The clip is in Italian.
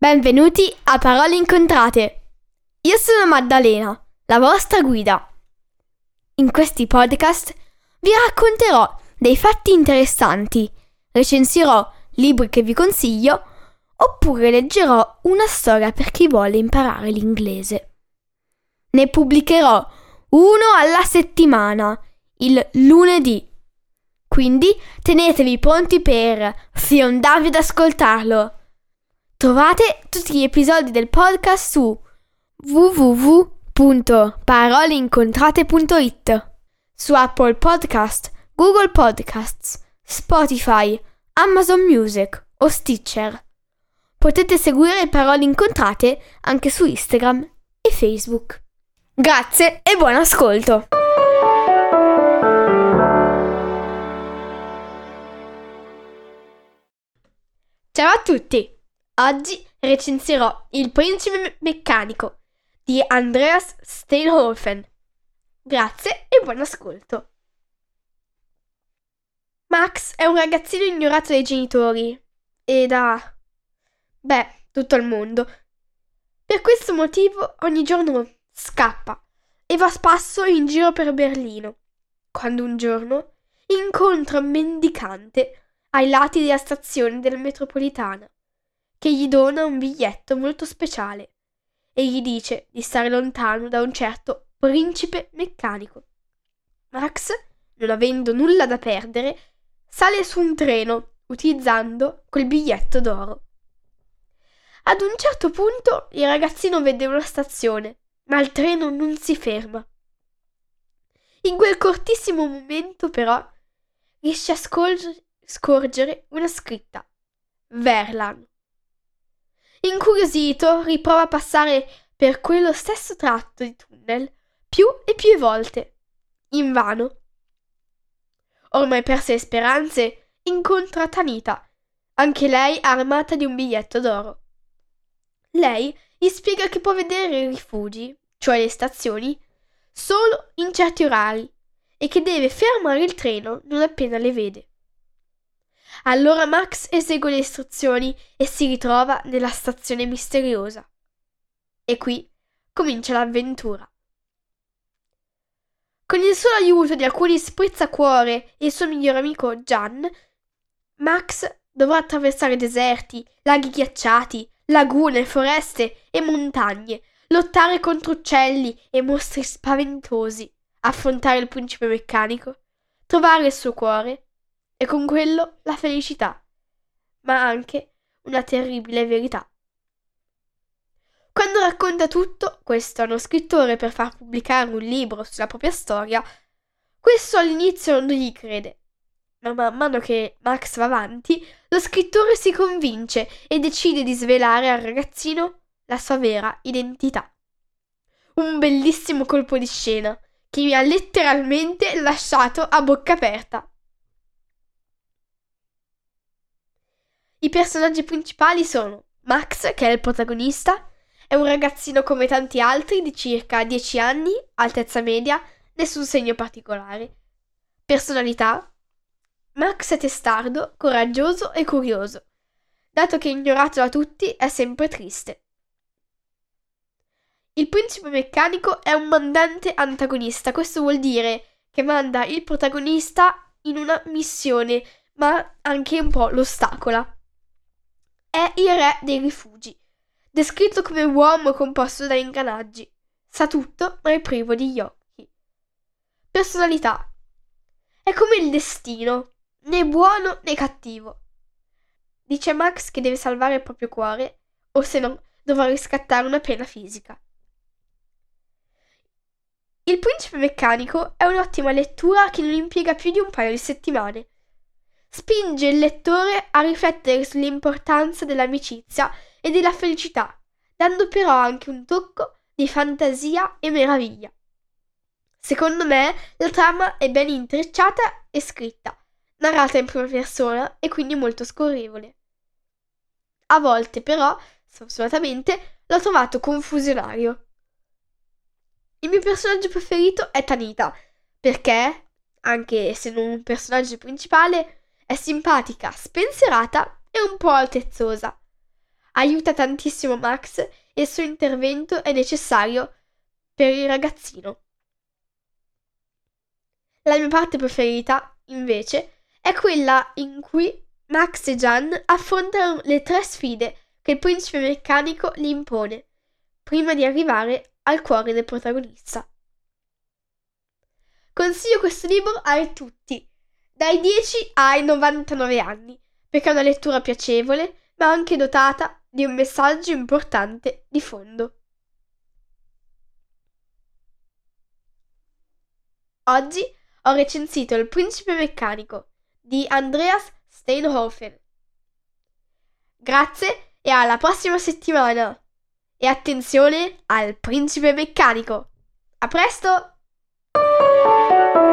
Benvenuti a Parole Incontrate. Io sono Maddalena, la vostra guida. In questi podcast vi racconterò dei fatti interessanti, recensirò libri che vi consiglio, oppure leggerò una storia per chi vuole imparare l'inglese. Ne pubblicherò uno alla settimana, il lunedì. Quindi tenetevi pronti per fiondarvi ad ascoltarlo. Trovate tutti gli episodi del podcast su www.paroleincontrate.it, su Apple Podcast, Google Podcasts, Spotify, Amazon Music o Stitcher. Potete seguire Parole Incontrate anche su Instagram e Facebook. Grazie e buon ascolto! Ciao a tutti! Oggi recensirò Il principe meccanico di Andreas Steinhofen. Grazie e buon ascolto. Max è un ragazzino ignorato dai genitori e da tutto il mondo. Per questo motivo ogni giorno scappa e va a spasso in giro per Berlino, quando un giorno incontra un mendicante ai lati della stazione della metropolitana, che gli dona un biglietto molto speciale e gli dice di stare lontano da un certo principe meccanico. Max, non avendo nulla da perdere, sale su un treno utilizzando quel biglietto d'oro. Ad un certo punto il ragazzino vede una stazione, ma il treno non si ferma. In quel cortissimo momento, però, riesce a scorgere una scritta: Verlan. Incuriosito, riprova a passare per quello stesso tratto di tunnel più e più volte. Invano. Ormai perse le speranze, incontra Tanita, anche lei armata di un biglietto d'oro. Lei gli spiega che può vedere i rifugi, cioè le stazioni, solo in certi orari e che deve fermare il treno non appena le vede. Allora Max esegue le istruzioni e si ritrova nella stazione misteriosa. E qui comincia l'avventura. Con il solo aiuto di alcuni sprizzacuore e il suo migliore amico Jan, Max dovrà attraversare deserti, laghi ghiacciati, lagune, foreste e montagne, lottare contro uccelli e mostri spaventosi, affrontare il principe meccanico, trovare il suo cuore e con quello la felicità, ma anche una terribile verità. Quando racconta tutto questo a uno scrittore per far pubblicare un libro sulla propria storia, questo all'inizio non gli crede, ma man mano che Max va avanti, lo scrittore si convince e decide di svelare al ragazzino la sua vera identità. Un bellissimo colpo di scena che mi ha letteralmente lasciato a bocca aperta. I personaggi principali sono Max, che è il protagonista, è un ragazzino come tanti altri di circa 10 anni, altezza media, nessun segno particolare. Personalità: Max è testardo, coraggioso e curioso. Dato che è ignorato da tutti, è sempre triste. Il principe meccanico è un mandante antagonista, questo vuol dire che manda il protagonista in una missione, ma anche un po' l'ostacola. È il re dei rifugi, descritto come uomo composto da ingranaggi. Sa tutto, ma è privo di occhi. Personalità: è come il destino, né buono né cattivo. Dice Max che deve salvare il proprio cuore, o se no dovrà riscattare una pena fisica. Il principe meccanico è un'ottima lettura che non impiega più di un paio di settimane. Spinge il lettore a riflettere sull'importanza dell'amicizia e della felicità, dando però anche un tocco di fantasia e meraviglia. Secondo me la trama è ben intrecciata e scritta, narrata in prima persona e quindi molto scorrevole. A volte però, sfortunatamente, l'ho trovato confusionario. Il mio personaggio preferito è Tanita, perché, anche se non un personaggio principale, è simpatica, spensierata e un po' altezzosa. aiuta tantissimo Max e il suo intervento è necessario per il ragazzino. La mia parte preferita, invece, è quella in cui Max e Jan affrontano le 3 sfide che il principe meccanico gli impone, prima di arrivare al cuore del protagonista. Consiglio questo libro a tutti, dai 10 ai 99 anni, perché è una lettura piacevole, ma anche dotata di un messaggio importante di fondo. Oggi ho recensito Il principe meccanico di Andreas Steinhofen. Grazie e alla prossima settimana! E attenzione al principe meccanico! A presto!